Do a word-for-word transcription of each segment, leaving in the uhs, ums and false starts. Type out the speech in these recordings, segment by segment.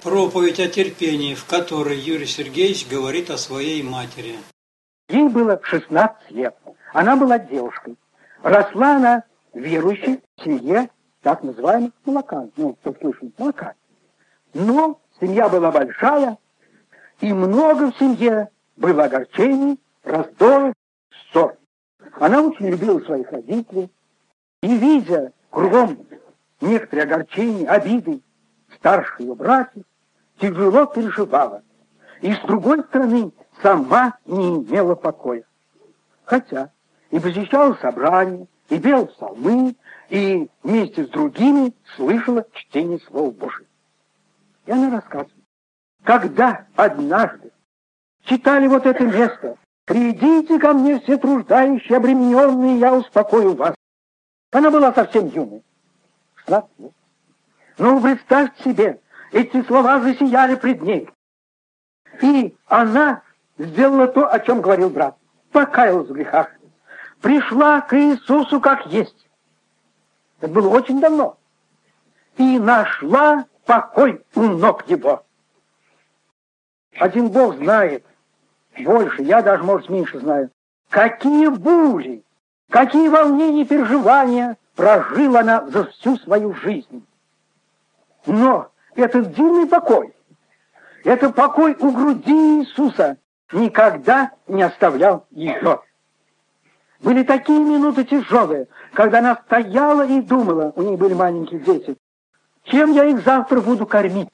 Проповедь о терпении, в которой Юрий Сергеевич говорит о своей матери. Ей было шестнадцать лет. Она была девушкой. Росла она верующей в семье так называемых молокан. Ну, кто слышал, молокан. Но семья была большая, и много в семье было огорчений, раздоров, ссор. Она очень любила своих родителей, и, видя кругом некоторые огорчения, обиды старших ее братьев, тяжело переживала. И, с другой стороны, сама не имела покоя. Хотя и посещала собрания, и пела псалмы, и вместе с другими слышала чтение Слова Божия. И она рассказывает, когда однажды читали вот это место: «Придите ко мне, все труждающие, обремененные, я успокою вас». Она была совсем юной, шестнадцать лет. Но представьте себе, эти слова засияли пред ней. И она сделала то, о чем говорил брат. Покаялась в грехах. Пришла к Иисусу как есть. Это было очень давно. И нашла покой у ног его. Один Бог знает больше, я даже, может, меньше знаю, какие бури, какие волнения и переживания прожила она за всю свою жизнь. Но этот дивный покой, это покой у груди Иисуса никогда не оставлял ее. Были такие минуты тяжелые, когда она стояла и думала, у нее были маленькие дети, чем я их завтра буду кормить.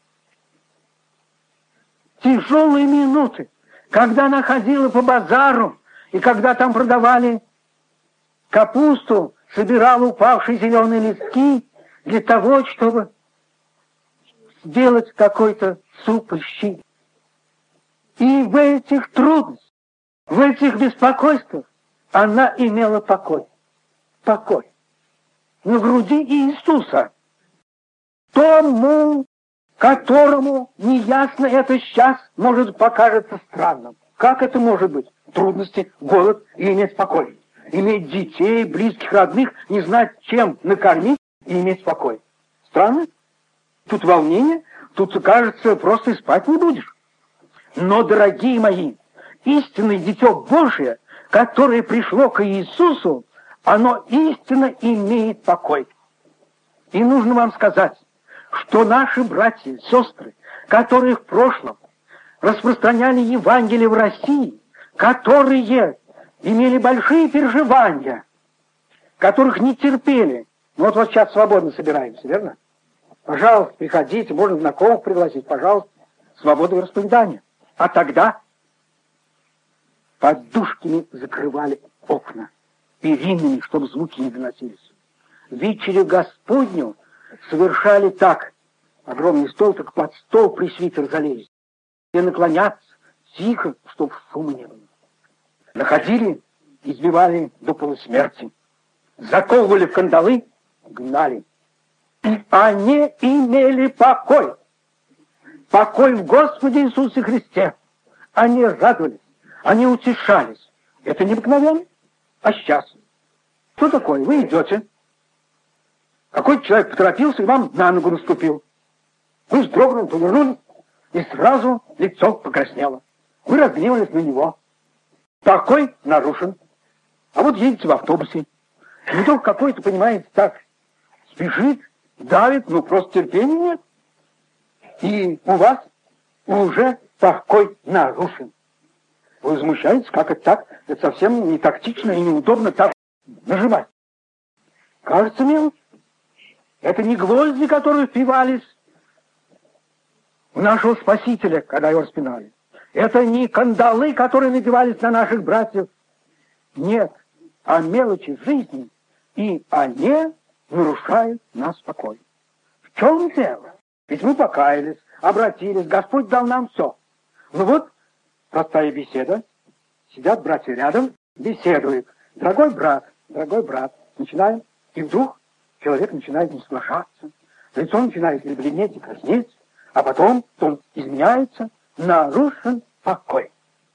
Тяжелые минуты, когда она ходила по базару, и когда там продавали капусту, собирала упавшие зеленые листки для того, чтобы сделать какой-то суп и щи. И в этих трудностях, в этих беспокойствах она имела покой. Покой. На груди Иисуса. Тому, которому неясно это сейчас, может, покажется странным. Как это может быть? Трудности, голод и иметь покой. Иметь детей, близких, родных, не знать, чем накормить и иметь покой. Странно? Тут волнение, тут, кажется, просто и спать не будешь. Но, дорогие мои, истинное Дитё Божие, которое пришло к Иисусу, оно истинно имеет покой. И нужно вам сказать, что наши братья и сестры, которые в прошлом распространяли Евангелие в России, которые имели большие переживания, которых не терпели, ну вот, вот сейчас свободно собираемся, верно? Пожалуйста, приходите, можно знакомых пригласить, пожалуйста, свобода вероисповедания. А тогда подушками закрывали окна, перинами, чтобы звуки не доносились. Вечерю Господню совершали так: огромный стол, так под стол пресвитер залезть, и наклоняться тихо, чтобы шума не было. Находили, избивали до полусмерти, заковывали в кандалы, гнали. И они имели покой. Покой в Господе Иисусе Христе. Они радовались, они утешались. Это необыкновенно. А сейчас? Что такое? Вы идете. Какой-то человек поторопился и вам на ногу наступил. Вы вздрогнули, повернулись, и сразу лицо покраснело. Вы разгневались на него. Покой нарушен. А вот едете в автобусе. И вдруг какой-то, понимаете, так спешит, давит, ну просто терпения нет. И у вас уже покой нарушен. Вы возмущаетесь, как это так? Это совсем не тактично и неудобно так нажимать. Кажется, мелочь. Это не гвозди, которые впивались в нашего Спасителя, когда его распинали. Это не кандалы, которые надевались на наших братьев. Нет, а мелочи жизни, и они нарушают наш покой. В чем дело? Ведь мы покаялись, обратились, Господь дал нам все. Ну вот, простая беседа. Сидят братья рядом, беседуют. Дорогой брат, дорогой брат. Начинаем, и вдруг человек начинает не соглашаться. Лицо начинает бледнеть и краснеть, а потом он изменяется, нарушен покой.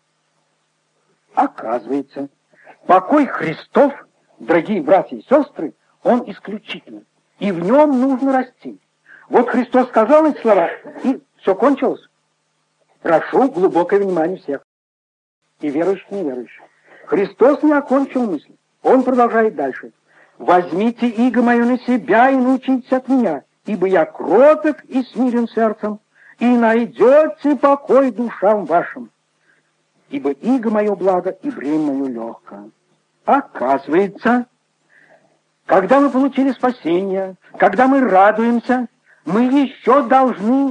Оказывается, покой Христов, дорогие братья и сестры, он исключительный. И в нем нужно расти. Вот Христос сказал эти слова, и Все кончилось? Прошу глубокое внимание всех. И верующих, и неверующих. Христос не окончил мысль. Он продолжает дальше. «Возьмите иго мое на себя и научитесь от меня, ибо я кроток и смирен сердцем, и найдете покой душам вашим. Ибо иго мое благо, и бремя мое легкое». Оказывается, когда мы получили спасение, когда мы радуемся, мы еще должны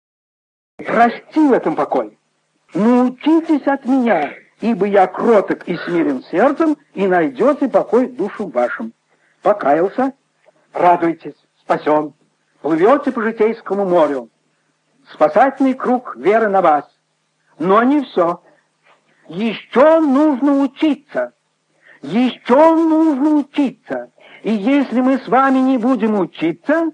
расти в этом покое. Научитесь от меня, ибо я кроток и смирен сердцем, и найдете покой душам вашим. Покаялся, радуйтесь, спасен, плывете по житейскому морю. Спасательный круг веры на вас. Но не все. Еще нужно учиться. Еще нужно учиться. И если мы с вами не будем учиться,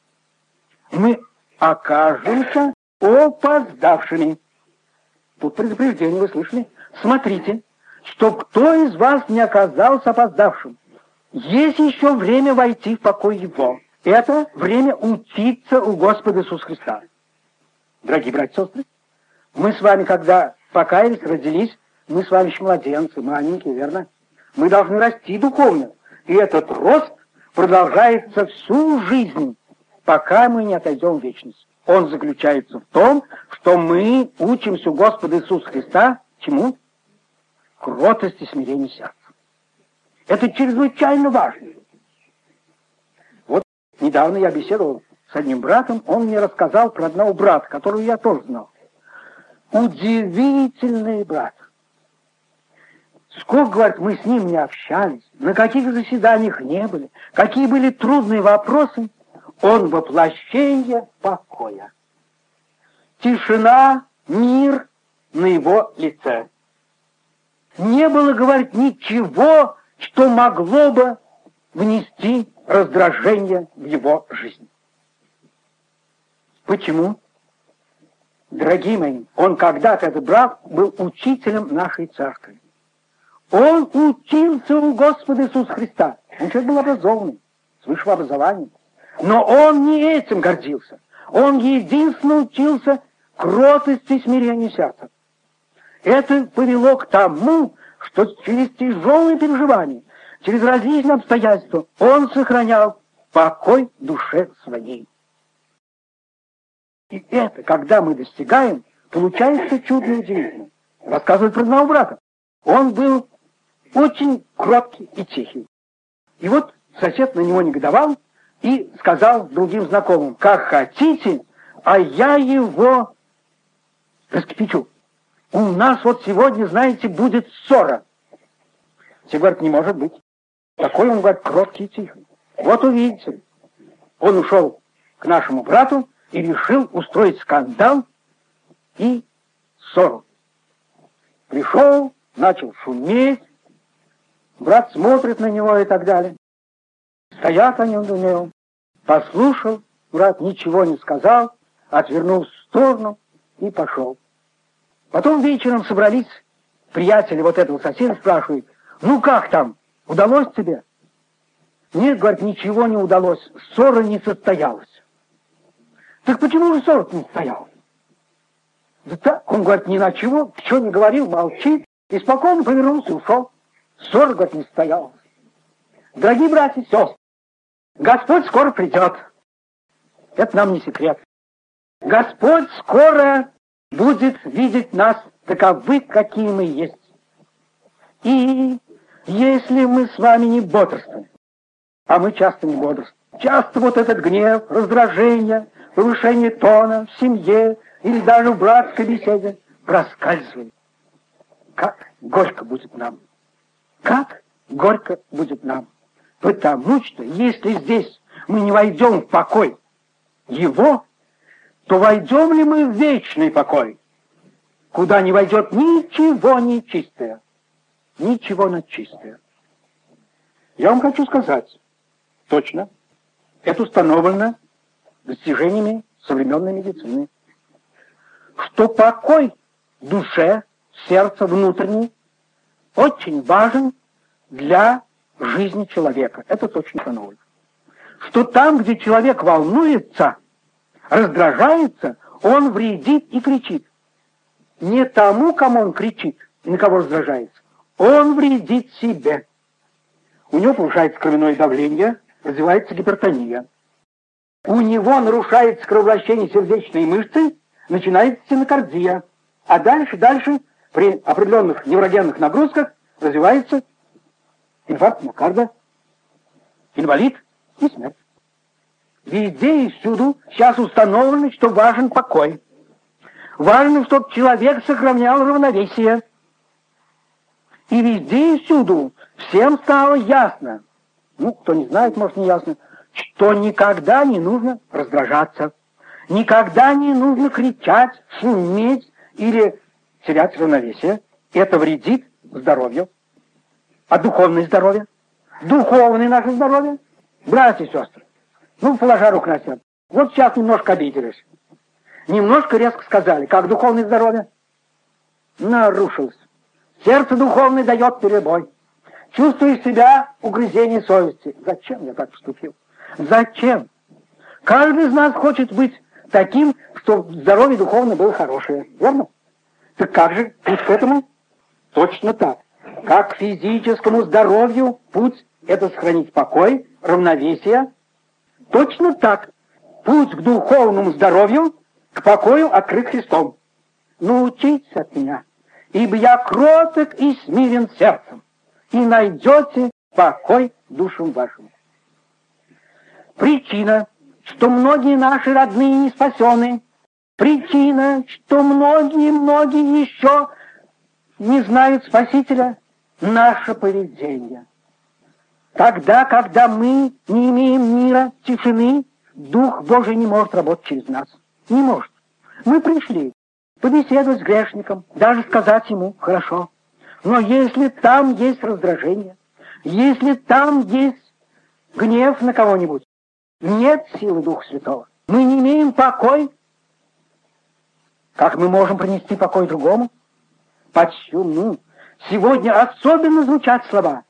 мы окажемся опоздавшими. Тут предупреждение, вы слышали? Смотрите, чтоб кто из вас не оказался опоздавшим. Есть еще время войти в покой Его. Это время учиться у Господа Иисуса Христа. Дорогие братья и сестры, мы с вами, когда покаялись, родились, мы с вами еще младенцы, маленькие, верно? Мы должны расти духовно. И этот рост продолжается всю жизнь, пока мы не отойдем в вечность. Он заключается в том, что мы учимся у Господа Иисуса Христа чему? Кротости, смирению сердца. Это чрезвычайно важно. Вот недавно я беседовал с одним братом, он мне рассказал про одного брата, которого я тоже знал. Удивительный брат. Сколько, говорит, мы с ним не общались, на каких заседаниях не были, какие были трудные вопросы, он воплощение покоя. Тишина, мир на его лице. Не было, говорит, ничего, что могло бы внести раздражение в его жизнь. Почему? Дорогие мои, он когда-то, этот брат, был учителем нашей церкви. Он учился у Господа Иисуса Христа. Он человек был образованный, с высшим образованием. Но он не этим гордился. Он единственно учился кротости и смирению сердца. Это повело к тому, что через тяжелые переживания, через различные обстоятельства он сохранял покой в душе своей. И это, когда мы достигаем, получается чудно и удивительно. Рассказывает про одного брата. Он был очень кроткий и тихий. И вот сосед на него негодовал и сказал другим знакомым: как хотите, а я его раскипячу. У нас вот сегодня, знаете, будет ссора. Все говорят, не может быть. Такой он, говорит, кроткий и тихий. Вот увидите. Он ушел к нашему брату и решил устроить скандал и ссору. Пришел, начал шуметь. Брат смотрит на него и так далее. Стоят они у него. Послушал, брат ничего не сказал, отвернул в сторону и пошел. Потом вечером собрались приятели вот этого соседа, спрашивают: ну как там, удалось тебе? Нет, говорит, ничего не удалось, ссора не состоялась. Так почему же ссора не состоялась? Да так, он, говорит, ни на чего, ничего не говорил, молчит, и спокойно повернулся и ушел. Ссора, говорит, не состоялась. Дорогие братья и сестры, Господь скоро придет. Это нам не секрет. Господь скоро будет видеть нас таковы, какие мы есть. И если мы с вами не бодрствуем, а мы часто не бодрствуем, часто вот этот гнев, раздражение, повышение тона в семье или даже в братской беседе проскальзывает, как горько будет нам. Как горько будет нам. Потому что если здесь мы не войдем в покой Его, то войдем ли мы в вечный покой, куда не войдет ничего нечистое, ничего нечистое. Я вам хочу сказать, точно, это установлено достижениями современной медицины, что покой в душе, сердце внутренний очень важен для жизни человека. Это точно установлено. Что там, где человек волнуется, раздражается, Он вредит и кричит. Не тому, кому он кричит и на кого раздражается. Он вредит себе. У него повышается кровяное давление, развивается гипертония. У него нарушается кровообращение сердечной мышцы, начинается стенокардия. А дальше, дальше, при определенных неврогенных нагрузках развивается инфаркт миокарда, инвалид и смерть. Везде и всюду сейчас установлено, что важен покой. Важно, чтобы человек сохранял равновесие. И везде и всюду всем стало ясно, ну, кто не знает, может, не ясно, что никогда не нужно раздражаться, никогда не нужно кричать, шуметь или терять равновесие. Это вредит здоровью. А духовное здоровье? Духовное наше здоровье? Братья и сестры, ну, положа руку на сердце. Вот сейчас немножко обиделись. Немножко резко сказали. Как духовное здоровье? Нарушилось. Сердце духовное дает перебой. Чувствуешь себя угрызение совести. Зачем я так поступил? Зачем? Каждый из нас хочет быть таким, чтобы здоровье духовное было хорошее. Верно? Так как же путь к этому? Точно так. Как к физическому здоровью путь — это сохранить покой, равновесие. Точно так. Путь к духовному здоровью, к покою открыт Христом. Научитесь от меня, ибо я кроток и смирен сердцем, и найдете покой душам вашим. Причина, что многие наши родные не спасены, причина, что многие-многие еще не знают Спасителя, наше поведение. Тогда, когда мы не имеем мира, тишины, Дух Божий не может работать через нас. Не может. Мы пришли побеседовать с грешником, даже сказать ему «хорошо». Но если там есть раздражение, если там есть гнев на кого-нибудь, нет силы Духа Святого, мы не имеем покоя. Как мы можем принести покой другому? Почему? Сегодня особенно звучат слова.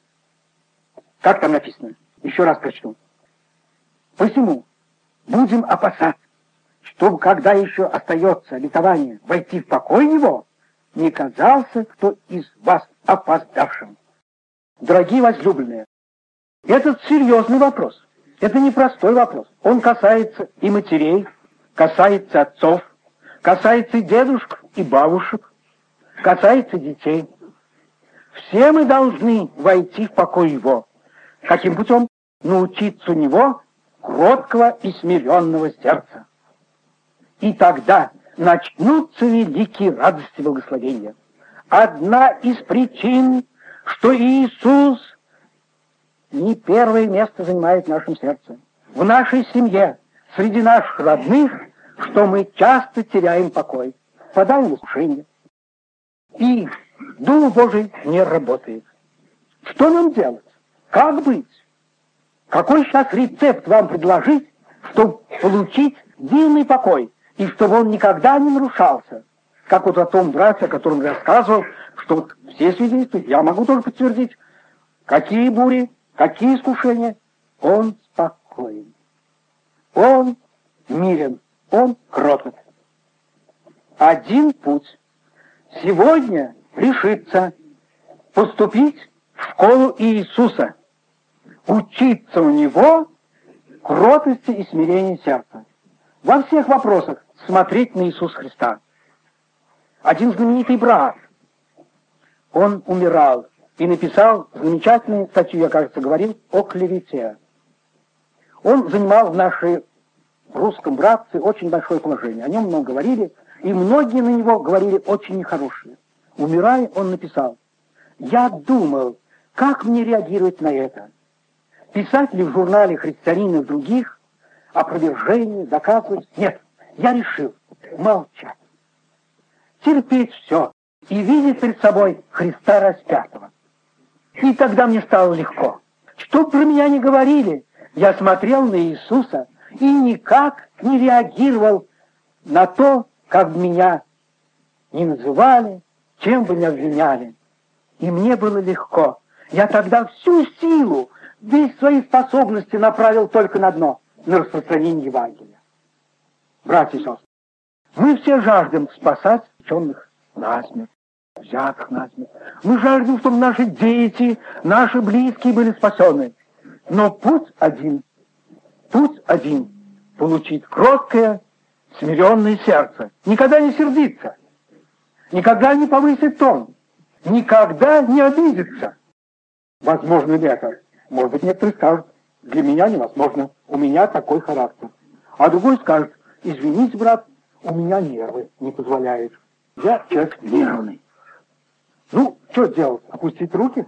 Как там написано? Еще раз прочту. Посему будем опасаться, чтобы, когда еще остается обетование войти в покой его, не казался кто из вас опоздавшим. Дорогие возлюбленные, этот серьезный вопрос. Это непростой вопрос. Он касается и матерей, касается отцов, касается и дедушек, и бабушек, касается детей. Все мы должны войти в покой его. Каким путем? Научиться у него кроткого и смиренного сердца. И тогда начнутся великие радости и благословения. Одна из причин, что Иисус не первое место занимает в нашем сердце, в нашей семье, среди наших родных, что мы часто теряем покой, впадаем в искушение. И Дух Божий не работает. Что нам делать? Как быть? Какой сейчас рецепт вам предложить, чтобы получить дивный покой, и чтобы он никогда не нарушался? Как вот о том брате, о котором я рассказывал, что вот все свидетельствуют, я могу тоже подтвердить, какие бури, какие искушения. Он спокоен, он мирен, он кроток. Один путь. Сегодня решиться поступить в школу Иисуса, учиться у Него кротости и смирению сердца. Во всех вопросах смотреть на Иисуса Христа. Один знаменитый брат, он умирал и написал замечательную статью, я, кажется, говорил, о клевете. Он занимал в нашей русском братстве очень большое положение. О нем много говорили, и многие на него говорили очень нехорошие. Умирая, он написал: «Я думал, как мне реагировать на это? Писать ли в журнале «Христианин» и в других опровержение, доказывать? Нет, я решил молчать, терпеть все и видеть перед собой Христа распятого. И тогда мне стало легко. Что бы про меня ни говорили, я смотрел на Иисуса и никак не реагировал на то, как бы меня ни называли, чем бы ни обвиняли. И мне было легко. Я тогда всю силу, весь свои способности направил только на дно, на распространение Евангелия». Братья и сестры, Мы все жаждем спасать ученых насмерть, взятых насмерть. Мы жаждем, чтобы наши дети, наши близкие были спасены. Но путь один, путь один — получить кроткое, смиренное сердце. Никогда не сердиться, никогда не повысить тон, никогда не обидеться. Возможно ли это? Может быть, некоторые скажут: для меня невозможно, у меня такой характер. А другой скажет: извините, брат, у меня нервы не позволяют. Я человек нервный. Ну, что делать? Опустить руки?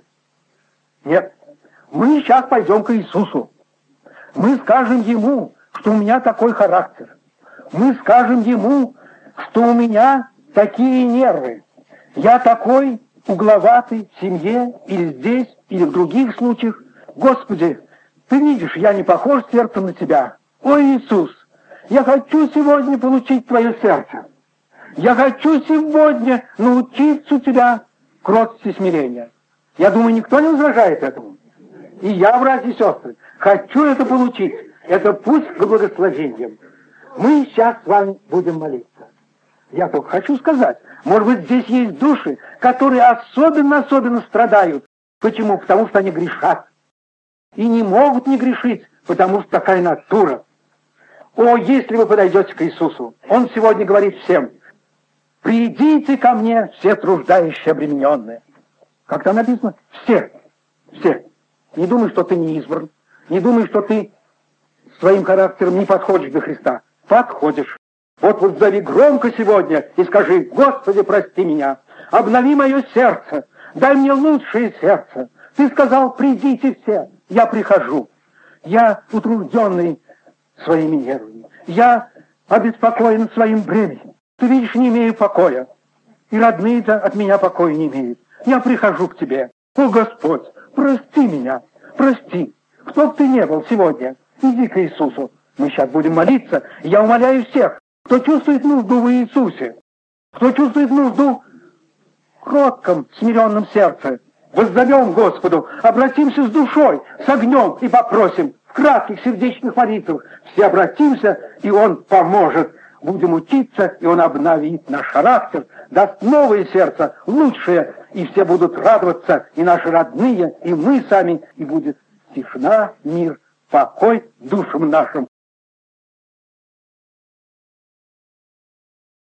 Нет. Мы сейчас пойдем к Иисусу. Мы скажем Ему, что у меня такой характер. Мы скажем Ему, что у меня такие нервы. Я такой угловатый в семье, или здесь, или в других случаях. Господи, Ты видишь, я не похож сердцем на Тебя. О, Иисус, я хочу сегодня получить Твое сердце. Я хочу сегодня научиться у Тебя кротости и смирения. Я думаю, никто не возражает этому. И я, братья и сестры, хочу это получить. Это путь к благословениям. Мы сейчас с вами будем молиться. Я только хочу сказать, может быть, здесь есть души, которые особенно-особенно страдают. Почему? Потому что они грешат. И не могут не грешить, потому что такая натура. О, если вы подойдете к Иисусу, Он сегодня говорит всем: придите ко мне, все труждающие, обремененные. Как там написано? Все. Все. Не думай, что ты не избран. Не думай, что ты своим характером не подходишь до Христа. Подходишь. Вот вот зови громко сегодня и скажи: Господи, прости меня, обнови мое сердце, дай мне лучшее сердце. Ты сказал: придите все. Я прихожу. Я утружденный своими нервами. Я обеспокоен своим бременем. Ты видишь, не имею покоя. И родные-то от меня покоя не имеют. Я прихожу к Тебе. О, Господь, прости меня, прости. Кто бы ты ни был сегодня, иди к Иисусу. Мы сейчас будем молиться. Я умоляю всех, кто чувствует нужду в Иисусе, кто чувствует нужду в кротком, смиренном сердце, воззовем Господу, обратимся с душой, с огнем и попросим в кратких сердечных молитвах. Все обратимся, и Он поможет. Будем учиться, и Он обновит наш характер, даст новое сердце, лучшее, и все будут радоваться, и наши родные, и мы сами, и будет тишина, мир, покой душам нашим.